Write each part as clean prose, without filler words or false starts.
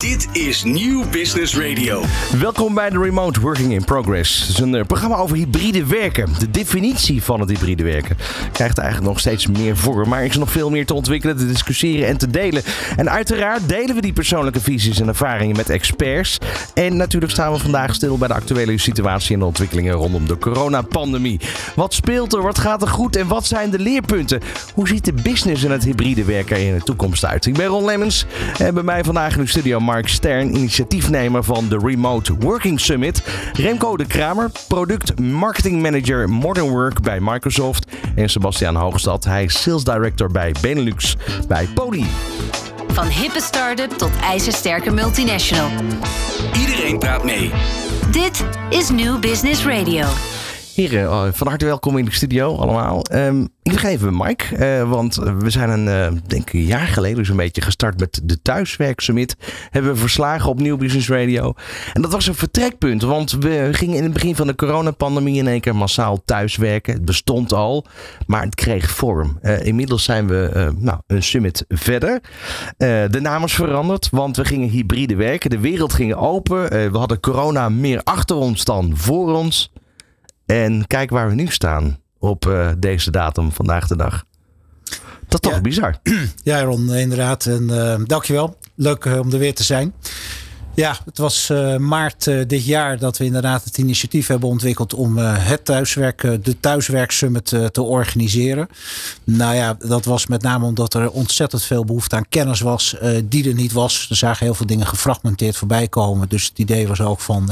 Dit is Nieuw Business Radio. Welkom bij de Remote Working in Progress. Het is een programma over hybride werken. De definitie van het hybride werken krijgt eigenlijk nog steeds meer vorm. Maar er is nog veel meer te ontwikkelen, te discussiëren en te delen. En uiteraard delen we die persoonlijke visies en ervaringen met experts. En natuurlijk staan we vandaag stil bij de actuele situatie en de ontwikkelingen rondom de coronapandemie. Wat speelt er? Wat gaat er goed? En wat zijn de leerpunten? Hoe ziet de business en het hybride werken er in de toekomst uit? Ik ben Ron Lemmens en bij mij vandaag in de studio Mark Stern, initiatiefnemer van de Remote Working Summit. Remco de Kramer, product marketing manager Modern Work bij Microsoft. En Sebastiaan Hoogstad, hij is sales director bij Benelux bij Poly. Van hippe start-up tot ijzersterke multinational. Iedereen praat mee. Dit is New Business Radio. Heren, van harte welkom in de studio allemaal. Ik begin even Mike, want we zijn denk ik een jaar geleden zo'n beetje gestart met de Thuiswerksummit. Hebben we verslagen op Nieuw Business Radio. En dat was een vertrekpunt, want we gingen in het begin van de coronapandemie in één keer massaal thuiswerken. Het bestond al, maar het kreeg vorm. Inmiddels zijn we een summit verder. De naam is veranderd, want we gingen hybride werken. De wereld ging open. We hadden corona meer achter ons dan voor ons. En kijk waar we nu staan op deze datum vandaag de dag. Dat is toch bizar. Ja, Ron, inderdaad. En dankjewel. Leuk om er weer te zijn. Ja, het was maart dit jaar dat we inderdaad het initiatief hebben ontwikkeld om de Thuiswerksummit te organiseren. Nou ja, dat was met name omdat er ontzettend veel behoefte aan kennis was die er niet was. Er zagen heel veel dingen gefragmenteerd voorbij komen. Dus het idee was ook van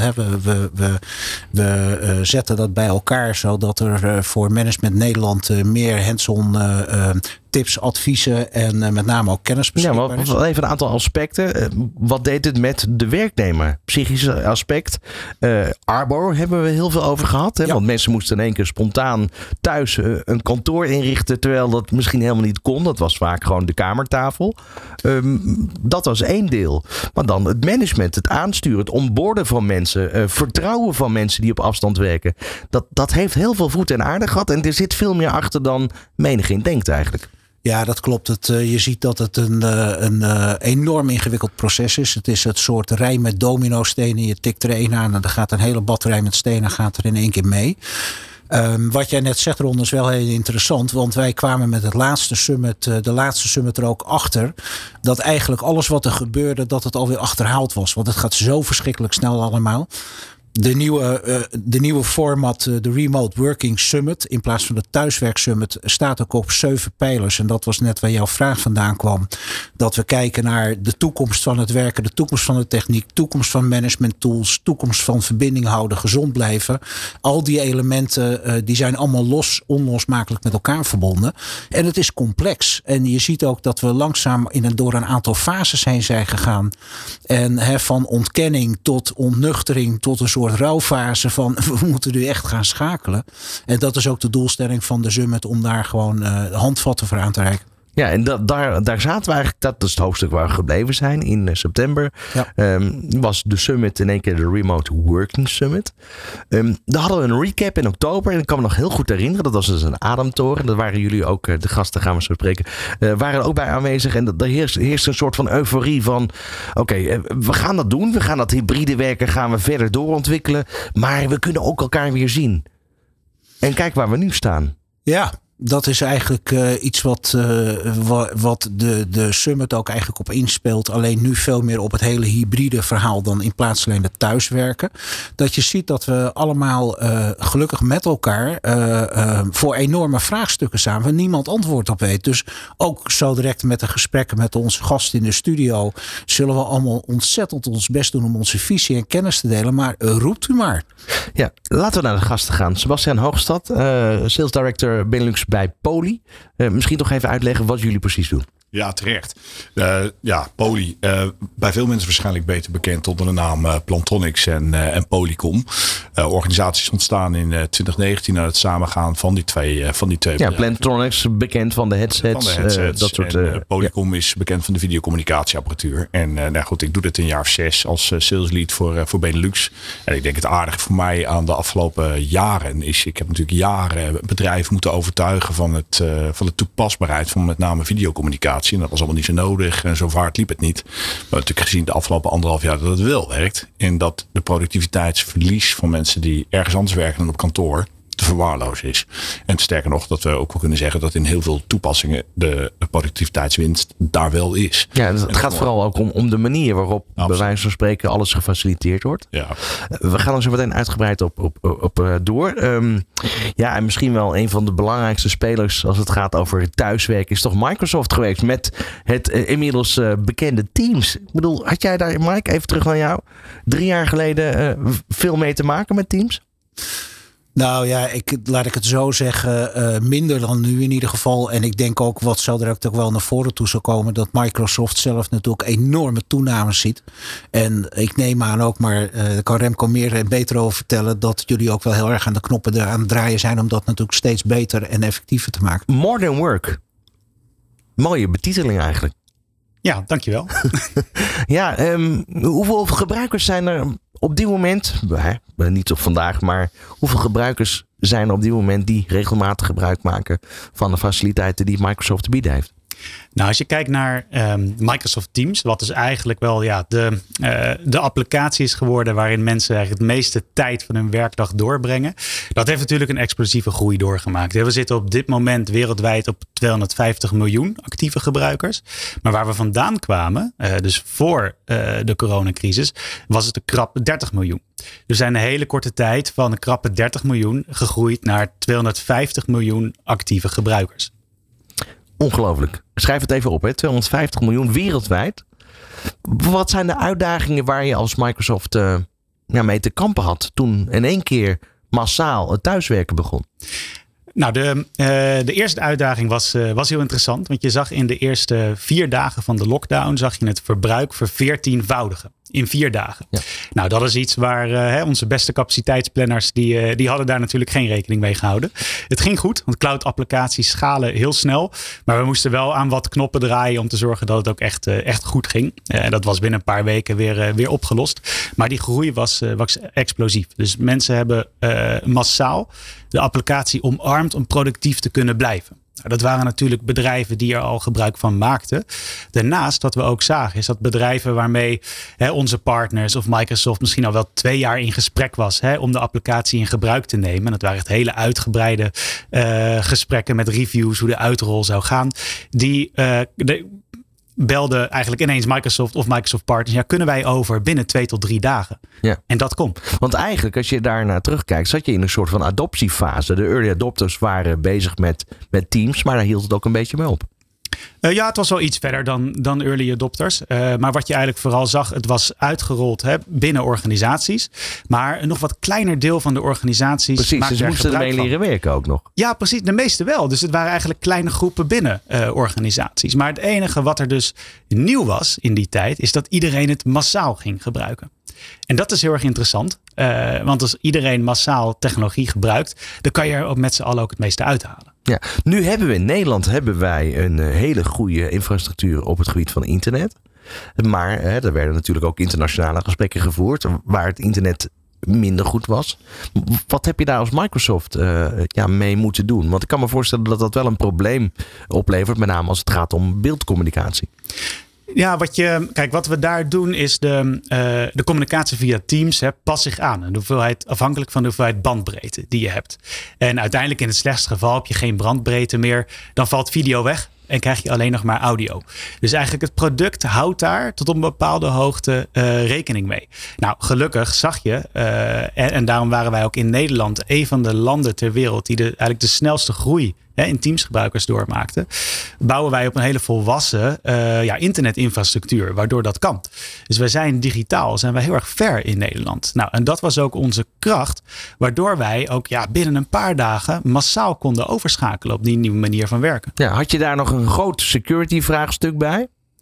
we zetten dat bij elkaar zodat er voor Management Nederland meer hands-on tips, adviezen en met name ook kennis beschikbaar is. Ja, maar even een aantal aspecten. Wat deed het met de werknemer? Psychische aspect. Arbor hebben we heel veel over gehad. Hè? Ja. Want mensen moesten in één keer spontaan thuis een kantoor inrichten, terwijl dat misschien helemaal niet kon. Dat was vaak gewoon de kamertafel. Dat was één deel. Maar dan het management, het aansturen, het onboarden van mensen, vertrouwen van mensen die op afstand werken. Dat heeft heel veel voet en aarde gehad. En er zit veel meer achter dan menigeen denkt eigenlijk. Ja, dat klopt. Je ziet dat het een enorm ingewikkeld proces is. Het is het soort rij met dominostenen. Je tikt er één aan en dan gaat een hele batterij met stenen gaat er in één keer mee. Wat jij net zegt, Ron, is wel heel interessant. Want wij kwamen met de laatste summit er ook achter. Dat eigenlijk alles wat er gebeurde, dat het alweer achterhaald was. Want het gaat zo verschrikkelijk snel allemaal. De nieuwe format, de Remote Working Summit, in plaats van de Thuiswerksummit, staat ook op 7 pijlers. En dat was net waar jouw vraag vandaan kwam. Dat we kijken naar de toekomst van het werken, de toekomst van de techniek, toekomst van management tools, toekomst van verbinding houden, gezond blijven. Al die elementen die zijn allemaal onlosmakelijk met elkaar verbonden. En het is complex. En je ziet ook dat we langzaam door een aantal fases heen zijn gegaan. En van ontkenning tot ontnuchtering tot een soort rouwfase van we moeten nu echt gaan schakelen. En dat is ook de doelstelling van de summit om daar gewoon handvatten voor aan te reiken. Ja, en daar zaten we eigenlijk, dat is het hoofdstuk waar we gebleven zijn in september. Ja. Was de summit in één keer de Remote Working Summit. Daar hadden we een recap in oktober en ik kan me nog heel goed herinneren. Dat was dus een ademtoren. Dat waren jullie ook, de gasten gaan we zo spreken, waren er ook bij aanwezig. En er heerst een soort van euforie van oké, we gaan dat doen. We gaan dat hybride werken gaan we verder doorontwikkelen. Maar we kunnen ook elkaar weer zien. En kijk waar we nu staan. Ja. Dat is eigenlijk iets wat de summit ook eigenlijk op inspeelt. Alleen nu veel meer op het hele hybride verhaal dan in plaats alleen het thuiswerken. Dat je ziet dat we allemaal gelukkig met elkaar voor enorme vraagstukken staan waar niemand antwoord op weet. Dus ook zo direct met de gesprekken met onze gasten in de studio zullen we allemaal ontzettend ons best doen om onze visie en kennis te delen. Maar roept u maar. Ja, laten we naar de gasten gaan. Sebastiaan Hoogstad, Sales Director Benelux bij Poly. Misschien toch even uitleggen wat jullie precies doen. Ja, terecht. Poly. Bij veel mensen waarschijnlijk beter bekend onder de naam Plantronics en Polycom. Organisaties ontstaan in 2019 uit het samengaan van die twee bedrijven. Ja, Plantronics bekend van de headsets. Dat soort, Polycom is bekend van de videocommunicatieapparatuur. En ik doe dit een jaar of 6 als sales lead voor Benelux. En ik denk het aardige voor mij aan de afgelopen jaren is, ik heb natuurlijk jaren bedrijven moeten overtuigen van de toepasbaarheid van met name videocommunicatie. communicatie. En dat was allemaal niet zo nodig. En zo vaart liep het niet. Maar we hebben natuurlijk gezien de afgelopen 1,5 jaar dat het wel werkt. En dat de productiviteitsverlies van mensen die ergens anders werken dan op kantoor te verwaarlozen is. En sterker nog, dat we ook wel kunnen zeggen dat in heel veel toepassingen de productiviteitswinst daar wel is. Ja, het gaat vooral ook om de manier waarop bij wijze van spreken alles gefaciliteerd wordt. Ja. We gaan er zo meteen uitgebreid op door. En misschien wel een van de belangrijkste spelers als het gaat over thuiswerken is toch Microsoft geweest met het inmiddels bekende Teams. Ik bedoel, had jij daar, Mike, even terug naar jou, 3 jaar geleden veel mee te maken met Teams? Nou ja, laat ik het zo zeggen, minder dan nu in ieder geval. En ik denk ook, wat zo direct ook wel naar voren toe zal komen, dat Microsoft zelf natuurlijk enorme toenames ziet. En ik neem aan ook, maar daar kan Remco meer en beter over vertellen, dat jullie ook wel heel erg aan de knoppen aan het draaien zijn om dat natuurlijk steeds beter en effectiever te maken. Modern Work. Mooie betiteling eigenlijk. Ja, dankjewel. Hoeveel gebruikers zijn er op dit moment, niet op vandaag, maar hoeveel gebruikers zijn er op dit moment die regelmatig gebruik maken van de faciliteiten die Microsoft te bieden heeft? Nou, als je kijkt naar Microsoft Teams, wat dus eigenlijk wel de applicatie is geworden waarin mensen eigenlijk het meeste tijd van hun werkdag doorbrengen. Dat heeft natuurlijk een explosieve groei doorgemaakt. We zitten op dit moment wereldwijd op 250 miljoen actieve gebruikers. Maar waar we vandaan kwamen, dus voor de coronacrisis, was het een krappe 30 miljoen. Dus we zijn een hele korte tijd van een krappe 30 miljoen gegroeid naar 250 miljoen actieve gebruikers. Ongelooflijk. Schrijf het even op, hè? 250 miljoen wereldwijd. Wat zijn de uitdagingen waar je als Microsoft mee te kampen had toen in één keer massaal het thuiswerken begon? Nou, de eerste uitdaging was heel interessant. Want je zag in de eerste 4 dagen van de lockdown zag je het verbruik verveertienvoudigen. In 4 dagen. Ja. Nou, dat is iets waar onze beste capaciteitsplanners, die hadden daar natuurlijk geen rekening mee gehouden. Het ging goed, want cloud applicaties schalen heel snel. Maar we moesten wel aan wat knoppen draaien om te zorgen dat het ook echt goed ging. Dat was binnen een paar weken weer opgelost. Maar die groei was explosief. Dus mensen hebben massaal de applicatie omarmd om productief te kunnen blijven. Nou, dat waren natuurlijk bedrijven die er al gebruik van maakten. Daarnaast wat we ook zagen is dat bedrijven waarmee onze partners of Microsoft misschien al wel 2 jaar in gesprek was om de applicatie in gebruik te nemen. En dat waren echt hele uitgebreide gesprekken met reviews hoe de uitrol zou gaan. Die belde eigenlijk ineens Microsoft of Microsoft partners. Ja, kunnen wij over binnen 2 tot 3 dagen? Ja. En dat kon. Want eigenlijk, als je daarnaar terugkijkt, zat je in een soort van adoptiefase. De early adopters waren bezig met Teams, maar daar hield het ook een beetje mee op. Het was wel iets verder dan early adopters. Maar wat je eigenlijk vooral zag, het was uitgerold binnen organisaties. Maar een nog wat kleiner deel van de organisaties. Precies, dus moesten ermee leren werken ook nog. Ja, precies. De meeste wel. Dus het waren eigenlijk kleine groepen binnen organisaties. Maar het enige wat er dus nieuw was in die tijd, is dat iedereen het massaal ging gebruiken. En dat is heel erg interessant. Want als iedereen massaal technologie gebruikt, dan kan je er met z'n allen ook het meeste uithalen. Ja, nu hebben we in Nederland een hele goede infrastructuur op het gebied van internet. Maar er werden natuurlijk ook internationale gesprekken gevoerd waar het internet minder goed was. Wat heb je daar als Microsoft mee moeten doen? Want ik kan me voorstellen dat dat wel een probleem oplevert, met name als het gaat om beeldcommunicatie. Ja, wat we daar doen is de communicatie via Teams past zich aan. Afhankelijk van de hoeveelheid bandbreedte die je hebt. En uiteindelijk in het slechtste geval heb je geen bandbreedte meer. Dan valt video weg en krijg je alleen nog maar audio. Dus eigenlijk het product houdt daar tot op een bepaalde hoogte rekening mee. Nou, gelukkig zag je, en daarom waren wij ook in Nederland een van de landen ter wereld die eigenlijk de snelste groei in Teams-gebruikers doormaakten, bouwen wij op een hele volwassen internetinfrastructuur, waardoor dat kan. Dus wij zijn digitaal, zijn wij heel erg ver in Nederland. Nou, en dat was ook onze kracht, waardoor wij ook binnen een paar dagen massaal konden overschakelen op die nieuwe manier van werken. Ja, had je daar nog een groot security vraagstuk bij?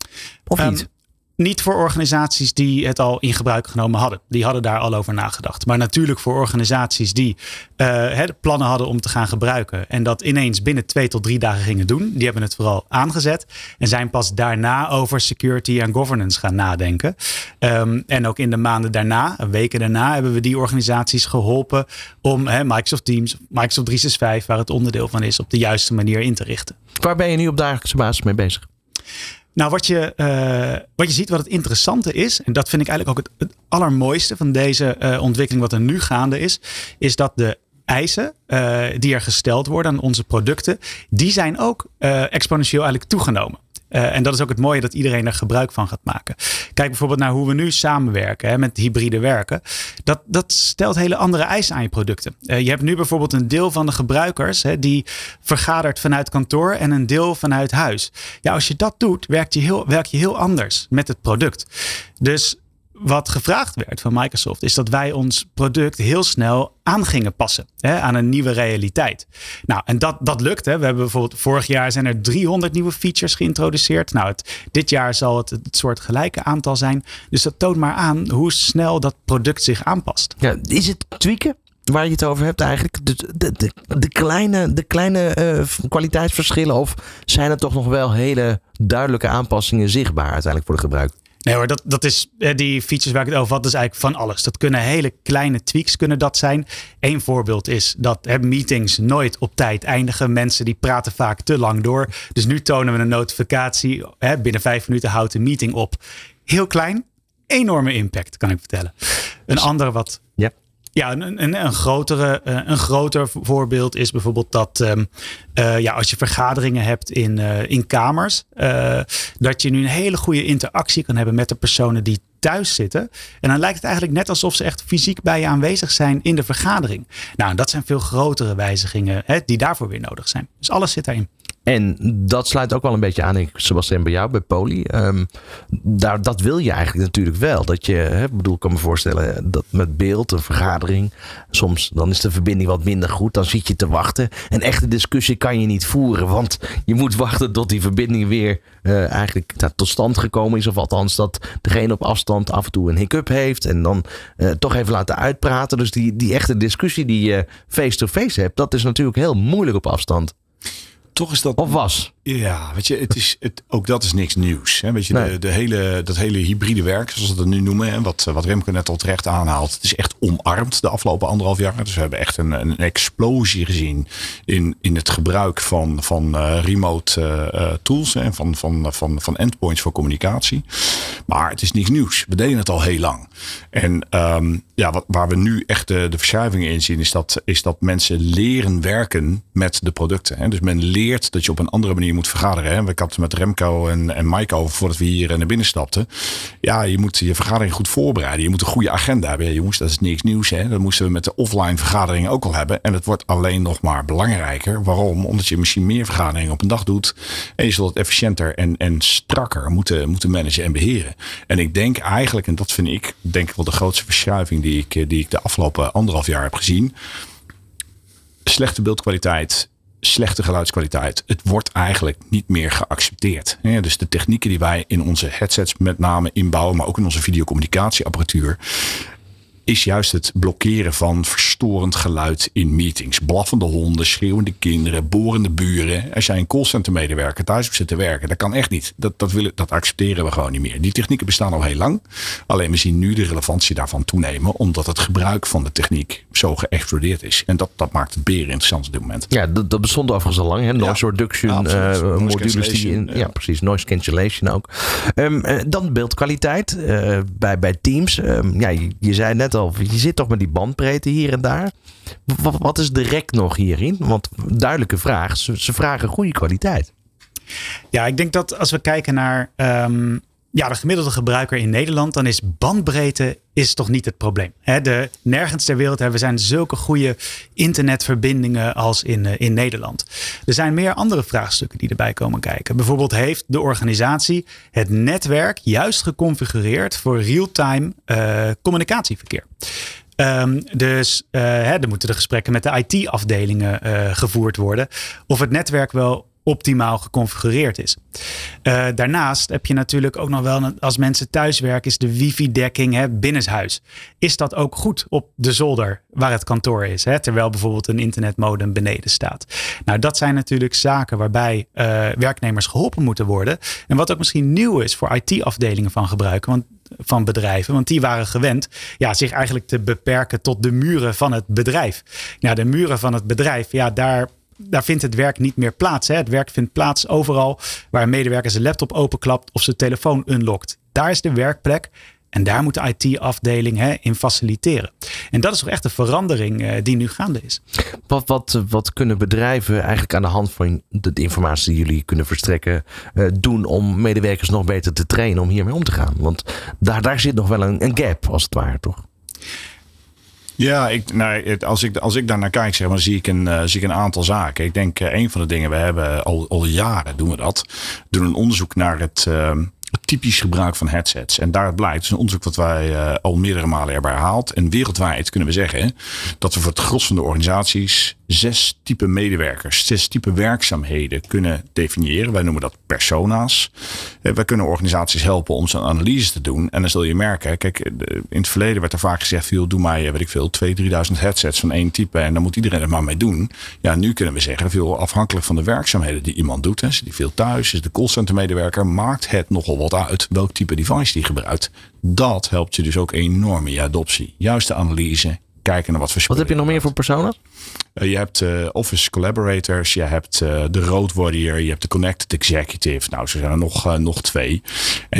Of niet? Niet voor organisaties die het al in gebruik genomen hadden. Die hadden daar al over nagedacht. Maar natuurlijk voor organisaties die plannen hadden om te gaan gebruiken. En dat ineens binnen 2 tot 3 dagen gingen doen. Die hebben het vooral aangezet. En zijn pas daarna over security en governance gaan nadenken. En ook in de maanden daarna, weken daarna, hebben we die organisaties geholpen om Microsoft Teams, Microsoft 365, waar het onderdeel van is, op de juiste manier in te richten. Waar ben je nu op dagelijkse basis mee bezig? Nou, wat je ziet, wat het interessante is, en dat vind ik eigenlijk ook het allermooiste van deze ontwikkeling wat er nu gaande is dat de eisen die er gesteld worden aan onze producten, die zijn ook exponentieel eigenlijk toegenomen. En dat is ook het mooie dat iedereen er gebruik van gaat maken. Kijk bijvoorbeeld naar hoe we nu samenwerken met hybride werken. Dat stelt hele andere eisen aan je producten. Je hebt nu bijvoorbeeld een deel van de gebruikers die vergadert vanuit kantoor en een deel vanuit huis. Ja, als je dat doet, werk je heel anders met het product. Dus wat gevraagd werd van Microsoft is dat wij ons product heel snel aan gingen passen aan een nieuwe realiteit. Nou, en dat lukt. We hebben bijvoorbeeld vorig jaar zijn er 300 nieuwe features geïntroduceerd. Nou, dit jaar zal het soort gelijke aantal zijn. Dus dat toont maar aan hoe snel dat product zich aanpast. Ja, is het tweaken waar je het over hebt eigenlijk? De kleine kwaliteitsverschillen, of zijn er toch nog wel hele duidelijke aanpassingen zichtbaar uiteindelijk voor de gebruiker? Nee hoor, dat is die features waar ik het over had, dat is eigenlijk van alles. Dat kunnen hele kleine tweaks kunnen dat zijn. Eén voorbeeld is dat meetings nooit op tijd eindigen. Mensen die praten vaak te lang door. Dus nu tonen we een notificatie. Binnen 5 minuten houdt de meeting op. Heel klein, enorme impact kan ik vertellen. Een andere wat... Ja. Ja, een groter voorbeeld is bijvoorbeeld dat als je vergaderingen hebt in kamers, dat je nu een hele goede interactie kan hebben met de personen die thuis zitten. En dan lijkt het eigenlijk net alsof ze echt fysiek bij je aanwezig zijn in de vergadering. Nou, dat zijn veel grotere wijzigingen die daarvoor weer nodig zijn. Dus alles zit daarin. En dat sluit ook wel een beetje aan, Sebastian, bij jou, bij Poly. Dat wil je eigenlijk natuurlijk wel. Dat je, ik kan me voorstellen dat met beeld, een vergadering, soms dan is de verbinding wat minder goed. Dan zit je te wachten. Een echte discussie kan je niet voeren, want je moet wachten tot die verbinding weer eigenlijk tot stand gekomen is. Of althans dat degene op afstand af en toe een hiccup heeft. En dan toch even laten uitpraten. Dus die echte discussie die je face-to-face hebt, dat is natuurlijk heel moeilijk op afstand. Toch is dat... Of was? Ja, weet je, ook dat is niks nieuws. Hè? Weet je, nee. Dat hele hybride werk, zoals we het nu noemen, en wat Remco net al terecht aanhaalt, het is echt omarmd de afgelopen 1,5 jaar. Dus we hebben echt een explosie gezien in het gebruik van remote tools en van endpoints voor communicatie. Maar het is niks nieuws. We deden het al heel lang. En waar we nu echt de verschuivingen in zien, is dat mensen leren werken met de producten. Hè? Dus men leert dat je op een andere manier moet vergaderen. Hè? We hadden het met Remco en Mike over voordat we hier naar binnen stapten. Ja, je moet je vergadering goed voorbereiden. Je moet een goede agenda hebben. Ja, jongens, dat is niks nieuws. Hè? Dat moesten we met de offline vergaderingen ook al hebben. En het wordt alleen nog maar belangrijker. Waarom? Omdat je misschien meer vergaderingen op een dag doet. En je zult het efficiënter en strakker moeten managen en beheren. En ik denk eigenlijk, en dat vind ik denk wel de grootste verschuiving die ik de afgelopen 1,5 jaar heb gezien. Slechte beeldkwaliteit, slechte geluidskwaliteit. Het wordt eigenlijk niet meer geaccepteerd. Ja, dus de technieken die wij in onze headsets met name inbouwen, maar ook in onze videocommunicatieapparatuur, is juist het blokkeren van verstorend geluid in meetings. Blaffende honden, schreeuwende kinderen, borende buren. Als jij een callcenter medewerker thuis op zit te werken, dat kan echt niet. Dat accepteren we gewoon niet meer. Die technieken bestaan al heel lang. Alleen we zien nu de relevantie daarvan toenemen, omdat het gebruik van de techniek zo geëxplodeerd is. En dat maakt het beren interessant op dit moment. Ja, dat bestond overigens al lang. Hè? Noise reduction, modules die ja, precies. Noise cancellation ook. Dan beeldkwaliteit bij Teams. Je zei net al, je zit toch met die bandbreedte hier en daar. Wat is de rek nog hierin? Want duidelijke vraag, ze vragen goede kwaliteit. Ja, ik denk dat als we kijken naar de gemiddelde gebruiker in Nederland, dan is bandbreedte toch niet het probleem. Nergens ter wereld hebben we zulke goede internetverbindingen als in Nederland. Er zijn meer andere vraagstukken die erbij komen kijken. Bijvoorbeeld heeft de organisatie het netwerk juist geconfigureerd voor real-time communicatieverkeer. Er moeten de gesprekken met de IT-afdelingen gevoerd worden. Of het netwerk wel optimaal geconfigureerd is. Daarnaast heb je natuurlijk ook nog wel, als mensen thuiswerken, is de wifi-dekking binnenshuis. Is dat ook goed op de zolder waar het kantoor is? Terwijl bijvoorbeeld een internetmodem beneden staat. Nou, dat zijn natuurlijk zaken waarbij werknemers geholpen moeten worden. En wat ook misschien nieuw is voor IT-afdelingen van bedrijven. Want die waren gewend zich eigenlijk te beperken tot de muren van het bedrijf. Nou, de muren van het bedrijf, daar daar vindt het werk niet meer plaats. Hè? Het werk vindt plaats overal waar een medewerker zijn laptop openklapt of zijn telefoon unlockt. Daar is de werkplek. En daar moet de IT-afdeling in faciliteren. En dat is toch echt een verandering die nu gaande is. Wat kunnen bedrijven eigenlijk aan de hand van de informatie die jullie kunnen verstrekken doen om medewerkers nog beter te trainen om hiermee om te gaan? Want daar zit nog wel een gap als het ware, toch? Ja, als ik daar naar kijk, zeg maar, zie ik een aantal zaken. Ik denk een van de dingen, we hebben al jaren doen we dat. We doen een onderzoek naar het typisch gebruik van headsets. En daar blijkt, het is een onderzoek wat wij al meerdere malen hebben herhaald. En wereldwijd kunnen we zeggen dat we voor het gros van de organisaties 6 typen medewerkers, 6 typen werkzaamheden kunnen definiëren. Wij noemen dat persona's. Wij kunnen organisaties helpen om zo'n analyse te doen. En dan zul je merken, kijk, in het verleden werd er vaak gezegd, doe mij, 2.000-3.000 headsets van één type en dan moet iedereen er maar mee doen. Ja, nu kunnen we zeggen, veel afhankelijk van de werkzaamheden die iemand doet. Zit die veel thuis, is de callcenter medewerker, maakt het nogal wat uit welk type device die gebruikt. Dat helpt je dus ook enorm in je adoptie. Juiste analyse, kijken naar wat voor. Wat heb je nog meer voor persona's? Je hebt Office Collaborators, je hebt de Road Warrior, je hebt de Connected Executive. Nou, zo zijn er nog 2. En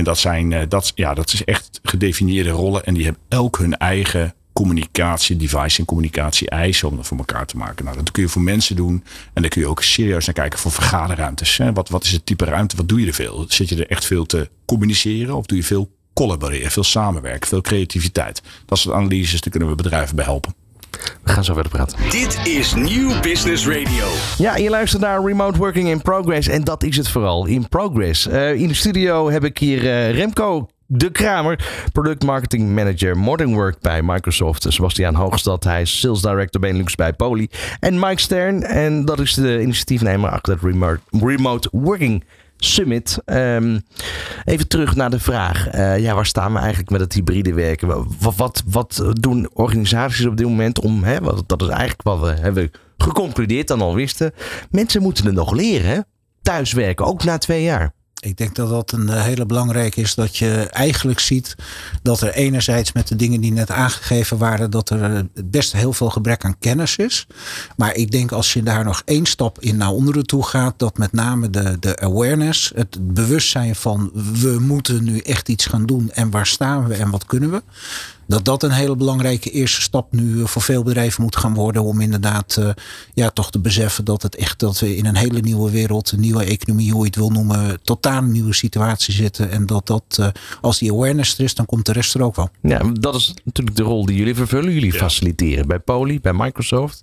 dat is echt gedefinieerde rollen. En die hebben elk hun eigen communicatie-device en communicatie-eisen om dat voor elkaar te maken. Nou, dat kun je voor mensen doen. En daar kun je ook serieus naar kijken voor vergaderruimtes. Wat is het type ruimte? Wat doe je er veel? Zit je er echt veel te communiceren? Of doe je veel collaboreren, veel samenwerken, veel creativiteit? Dat soort analyses, daar kunnen we bedrijven bij helpen. We gaan zo verder praten. Dit is Nieuw Business Radio. Ja, je luistert naar Remote Working in Progress. En dat is het vooral, in progress. In de studio heb ik hier Remco de Kramer, Product Marketing Manager Modern Work bij Microsoft. Sebastiaan Hoogstad, hij is Sales Director Benelux bij Poly. En Mike Stern, en dat is de initiatiefnemer achter het Remote Working Summit. Even terug naar de vraag. Waar staan we eigenlijk met het hybride werken? Wat doen organisaties op dit moment om... dat is eigenlijk wat we hebben geconcludeerd dan al wisten. Mensen moeten het nog leren. Hè? Thuiswerken, ook na 2 jaar. Ik denk dat dat een hele belangrijke is. Dat je eigenlijk ziet dat er enerzijds met de dingen die net aangegeven waren, dat er best heel veel gebrek aan kennis is. Maar ik denk als je daar nog 1 stap in naar onderen toe gaat, dat met name de awareness, het bewustzijn van we moeten nu echt iets gaan doen en waar staan we en wat kunnen we. Dat een hele belangrijke eerste stap nu voor veel bedrijven moet gaan worden. Om inderdaad toch te beseffen dat we in een hele nieuwe wereld, een nieuwe economie, hoe je het wil noemen, totaal een nieuwe situatie zitten. En dat als die awareness er is, dan komt de rest er ook wel. Ja, dat is natuurlijk de rol die jullie vervullen. Jullie faciliteren bij Poly, bij Microsoft.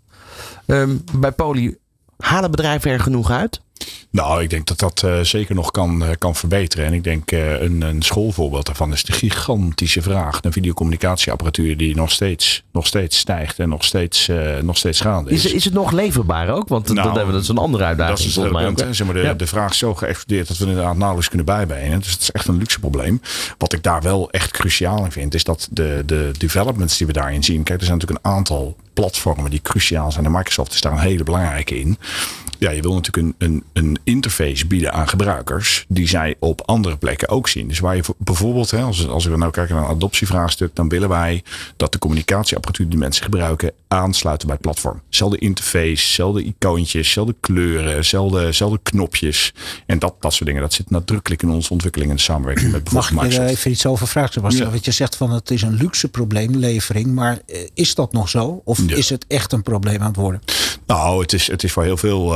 Bij Poly, halen bedrijven er genoeg uit? Nou, ik denk dat zeker nog kan verbeteren. En ik denk een schoolvoorbeeld daarvan is de gigantische vraag naar videocommunicatieapparatuur die nog steeds stijgt en nog steeds gaande is. Is het nog leverbaar ook? Want dat is een andere uitdaging. Dat is het punt. De vraag is zo geëxplodeerd dat we inderdaad nauwelijks kunnen bijbenen. Dus het is echt een luxe probleem. Wat ik daar wel echt cruciaal in vind, is dat de developments die we daarin zien. Kijk, er zijn natuurlijk een aantal platformen die cruciaal zijn. En Microsoft is daar een hele belangrijke in. Ja, je wil natuurlijk een interface bieden aan gebruikers die zij op andere plekken ook zien. Dus waar je bijvoorbeeld, als we nou kijken naar een adoptievraagstuk, dan willen wij dat de communicatieapparatuur die mensen gebruiken aansluiten bij het platform. Zelfde interface, zelfde icoontjes, zelfde kleuren, zelfde knopjes. En dat soort dingen, dat zit nadrukkelijk in onze ontwikkeling en samenwerking met bijvoorbeeld Microsoft. Mag ik even iets over vragen, Sebastiaan? Want je zegt van het is een luxe probleemlevering, maar is dat nog zo? Of is het echt een probleem aan het worden? Nou, het is voor heel veel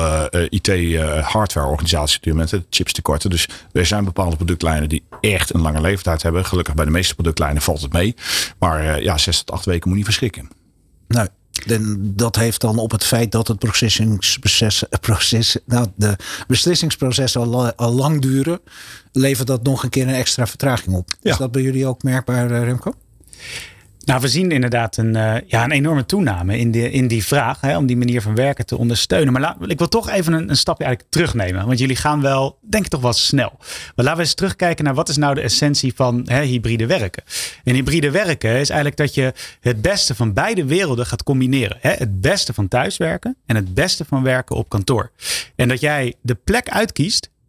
IT-hardware-organisaties natuurlijk met chipstekorten. Dus er zijn bepaalde productlijnen die echt een lange leeftijd hebben. Gelukkig bij de meeste productlijnen valt het mee. Maar 6 tot 8 weken moet niet verschrikken. Nou, dat heeft dan op het feit dat het de beslissingsprocessen al lang duren, levert dat nog een keer een extra vertraging op. Ja. Is dat bij jullie ook merkbaar, Remco? Nou, we zien inderdaad een enorme toename in die vraag om die manier van werken te ondersteunen. Maar ik wil toch even een stapje eigenlijk terugnemen. Want jullie gaan wel, denk ik toch wel snel. Maar laten we eens terugkijken naar wat is nou de essentie van hybride werken. En hybride werken is eigenlijk dat je het beste van beide werelden gaat combineren. Het beste van thuiswerken en het beste van werken op kantoor. En dat jij de plek uitkiest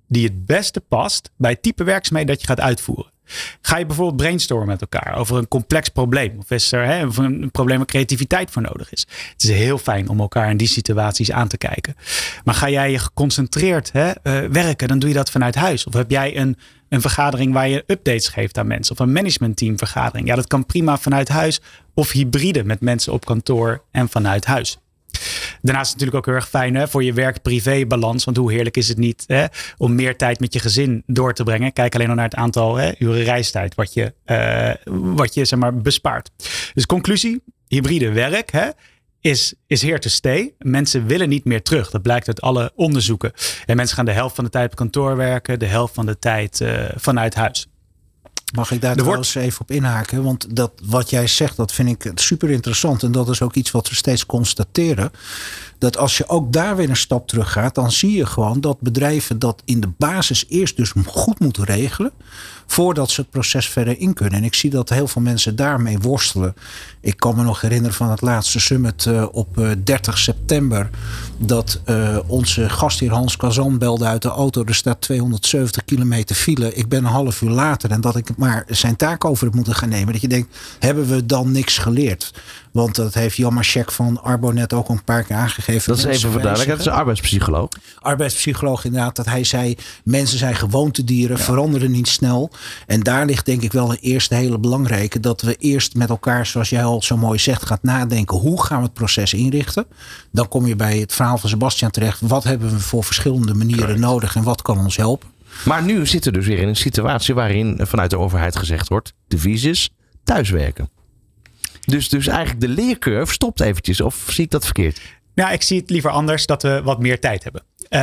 die het beste past bij het type werkzaamheden dat je gaat uitvoeren. Ga je bijvoorbeeld brainstormen met elkaar over een complex probleem? Of is er of een probleem waar creativiteit voor nodig is? Het is heel fijn om elkaar in die situaties aan te kijken. Maar ga jij je geconcentreerd werken, dan doe je dat vanuit huis. Of heb jij een vergadering waar je updates geeft aan mensen. Of een managementteam vergadering. Ja, dat kan prima vanuit huis. Of hybride met mensen op kantoor en vanuit huis. Daarnaast is het natuurlijk ook heel erg fijn voor je werk-privé balans. Want hoe heerlijk is het niet om meer tijd met je gezin door te brengen. Kijk alleen al naar het aantal uren reistijd wat je zeg maar, bespaart. Dus conclusie, hybride werk is here to stay. Mensen willen niet meer terug. Dat blijkt uit alle onderzoeken. En mensen gaan de helft van de tijd op kantoor werken. De helft van de tijd vanuit huis. Mag ik daar trouwens even op inhaken? Want wat jij zegt, dat vind ik super interessant. En dat is ook iets wat we steeds constateren. Dat als je ook daar weer een stap terug gaat, dan zie je gewoon dat bedrijven dat in de basis eerst dus goed moeten regelen, voordat ze het proces verder in kunnen. En ik zie dat heel veel mensen daarmee worstelen. Ik kan me nog herinneren van het laatste summit op 30 september. Dat onze gastheer Hans Kazan belde uit de auto. Er staat 270 kilometer file. Ik ben een half uur later. En dat ik maar zijn taak over heb moeten gaan nemen. Dat je denkt, hebben we dan niks geleerd? Want dat heeft Jan Marschek van Arbonet ook een paar keer aangegeven. Dat is even verduidelijk. Dat is een arbeidspsycholoog. Arbeidspsycholoog inderdaad. Dat hij zei, mensen zijn gewoontedieren, veranderen niet snel. En daar ligt denk ik wel een eerste hele belangrijke. Dat we eerst met elkaar, zoals jij al zo mooi zegt, gaat nadenken. Hoe gaan we het proces inrichten? Dan kom je bij het verhaal van Sebastian terecht. Wat hebben we voor verschillende manieren nodig en wat kan ons helpen? Maar nu zitten we dus weer in een situatie waarin vanuit de overheid gezegd wordt, de visus, thuiswerken. Dus eigenlijk de leercurve stopt eventjes. Of zie ik dat verkeerd? Nou, ik zie het liever anders dat we wat meer tijd hebben.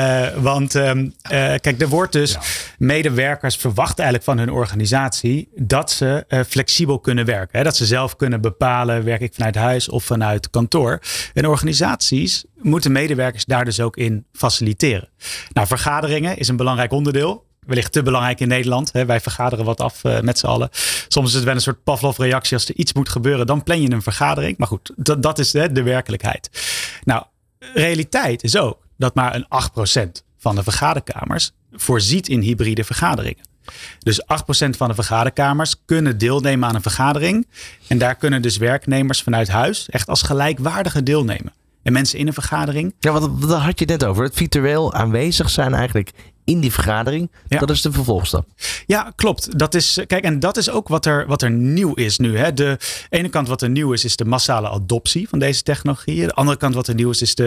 Kijk, er wordt dus medewerkers verwachten eigenlijk van hun organisatie dat ze flexibel kunnen werken. Hè? Dat ze zelf kunnen bepalen, werk ik vanuit huis of vanuit kantoor. En organisaties moeten medewerkers daar dus ook in faciliteren. Nou, vergaderingen is een belangrijk onderdeel. Wellicht te belangrijk in Nederland. Wij vergaderen wat af met z'n allen. Soms is het wel een soort Pavlov-reactie. Als er iets moet gebeuren, dan plan je een vergadering. Maar goed, dat is de werkelijkheid. Nou, realiteit is ook dat maar een 8% van de vergaderkamers voorziet in hybride vergaderingen. Dus 8% van de vergaderkamers kunnen deelnemen aan een vergadering. En daar kunnen dus werknemers vanuit huis echt als gelijkwaardige deelnemen. En mensen in een vergadering. Ja, want daar had je het net over. Het virtueel aanwezig zijn eigenlijk in die vergadering. Ja. Dat is de vervolgstap. Ja, klopt. Dat is ook wat er nieuw is nu. Hè. De ene kant wat er nieuw is de massale adoptie van deze technologieën. De andere kant wat er nieuw is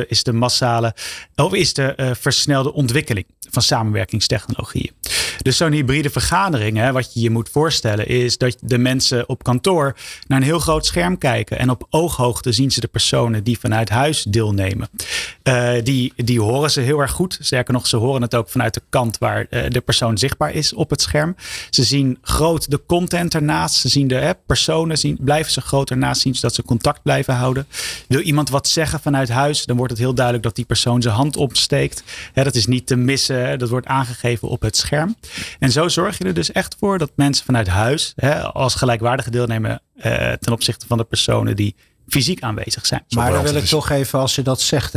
de versnelde ontwikkeling van samenwerkingstechnologieën. Dus zo'n hybride vergadering, wat je je moet voorstellen, is dat de mensen op kantoor naar een heel groot scherm kijken. En op ooghoogte zien ze de personen die vanuit huis deelnemen. Die horen ze heel erg goed. Sterker nog, ze horen het ook vanuit de kant waar de persoon zichtbaar is op het scherm. Ze zien groot de content ernaast. Ze zien de personen, blijven ze groot ernaast zien, zodat ze contact blijven houden. Wil iemand wat zeggen vanuit huis, dan wordt het heel duidelijk dat die persoon zijn hand opsteekt. Dat is niet te missen. Dat wordt aangegeven op het scherm. En zo zorg je er dus echt voor dat mensen vanuit huis als gelijkwaardige deelnemen ten opzichte van de personen die fysiek aanwezig zijn. Maar dan wil ik toch even, als je dat zegt,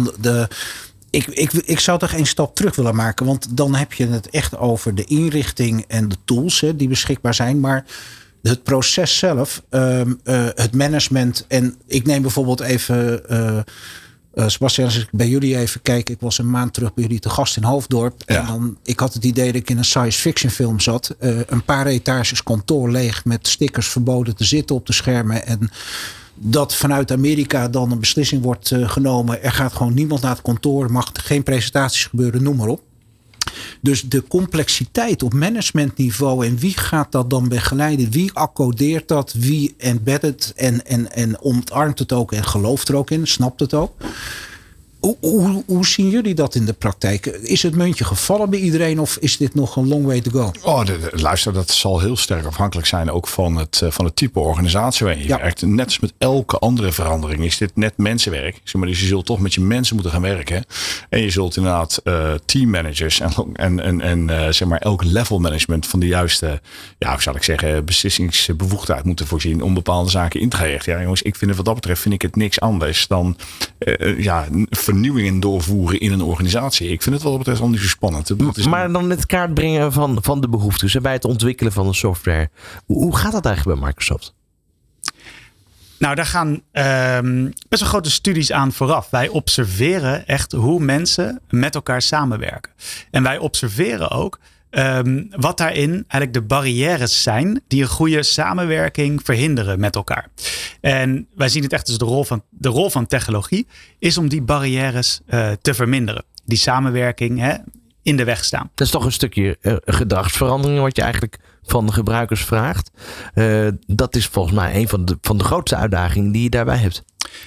Ik zou toch een stap terug willen maken. Want dan heb je het echt over de inrichting en de tools die beschikbaar zijn. Maar het proces zelf, het management. En ik neem bijvoorbeeld even Sebastian, als ik bij jullie even kijk. Ik was een maand terug bij jullie te gast in Hoofddorp. Ja. En ik had het idee dat ik in een science fiction film zat. Een paar etages kantoor leeg met stickers verboden te zitten op de schermen. En dat vanuit Amerika dan een beslissing wordt genomen. Er gaat gewoon niemand naar het kantoor. Mag geen presentaties gebeuren, noem maar op. Dus de complexiteit op managementniveau. En wie gaat dat dan begeleiden? Wie accodeert dat? Wie embeddet en omarmt het ook en gelooft er ook in? Snapt het ook? Hoe zien jullie dat in de praktijk? Is het muntje gevallen bij iedereen of is dit nog een long way to go? Luister, dat zal heel sterk afhankelijk zijn ook van het type organisatie waarin je werkt. Net als met elke andere verandering is dit net mensenwerk. Zeg maar, dus je zult toch met je mensen moeten gaan werken. En je zult inderdaad teammanagers en zeg maar elk level management van de juiste, hoe zou ik zeggen, beslissingsbevoegdheid moeten voorzien om bepaalde zaken in te gaan richten. Ja, jongens, ik vind het wat dat betreft vind ik het niks anders dan vernieuwingen doorvoeren in een organisatie. Ik vind het wat betreft al niet zo spannend. Maar dan het kaart brengen van de behoeftes bij het ontwikkelen van de software. Hoe gaat dat eigenlijk bij Microsoft? Nou, daar gaan best wel grote studies aan vooraf. Wij observeren echt hoe mensen met elkaar samenwerken. En wij observeren ook wat daarin eigenlijk de barrières zijn die een goede samenwerking verhinderen met elkaar. En wij zien het echt als de rol van technologie is om die barrières te verminderen. Die samenwerking in de weg staan. Dat is toch een stukje gedragsverandering wat je eigenlijk van de gebruikers vraagt. Dat is volgens mij een van de grootste uitdagingen die je daarbij hebt.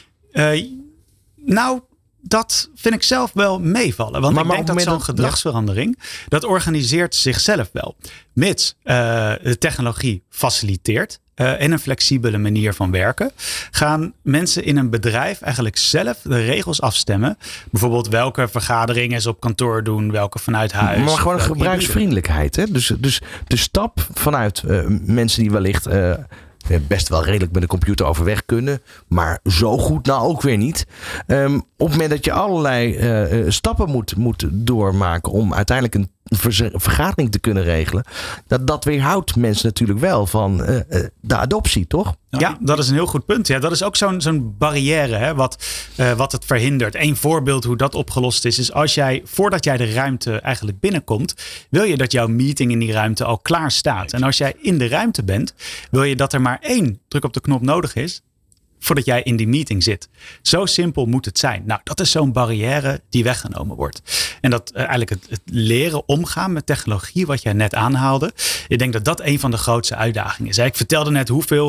Dat vind ik zelf wel meevallen. Want ik denk dat zo'n gedragsverandering, dat organiseert zichzelf wel. Mits de technologie faciliteert en een flexibele manier van werken, gaan mensen in een bedrijf eigenlijk zelf de regels afstemmen. Bijvoorbeeld welke vergaderingen ze op kantoor doen, welke vanuit huis. Maar gewoon gebruiksvriendelijkheid. Hè? Dus de stap vanuit mensen die wellicht best wel redelijk met de computer overweg kunnen, maar zo goed nou ook weer niet. Op het moment dat je allerlei stappen moet doormaken om uiteindelijk een vergadering te kunnen regelen, dat weerhoudt mensen natuurlijk wel van de adoptie, toch? Ja, dat is een heel goed punt. Ja, dat is ook zo'n barrière wat het verhindert. Eén voorbeeld hoe dat opgelost is voordat jij de ruimte eigenlijk binnenkomt, wil je dat jouw meeting in die ruimte al klaar staat. En als jij in de ruimte bent, wil je dat er maar 1 druk op de knop nodig is voordat jij in die meeting zit. Zo simpel moet het zijn. Nou, dat is zo'n barrière die weggenomen wordt. En dat eigenlijk het leren omgaan met technologie, wat jij net aanhaalde. Ik denk dat dat een van de grootste uitdagingen is. Ik vertelde net hoe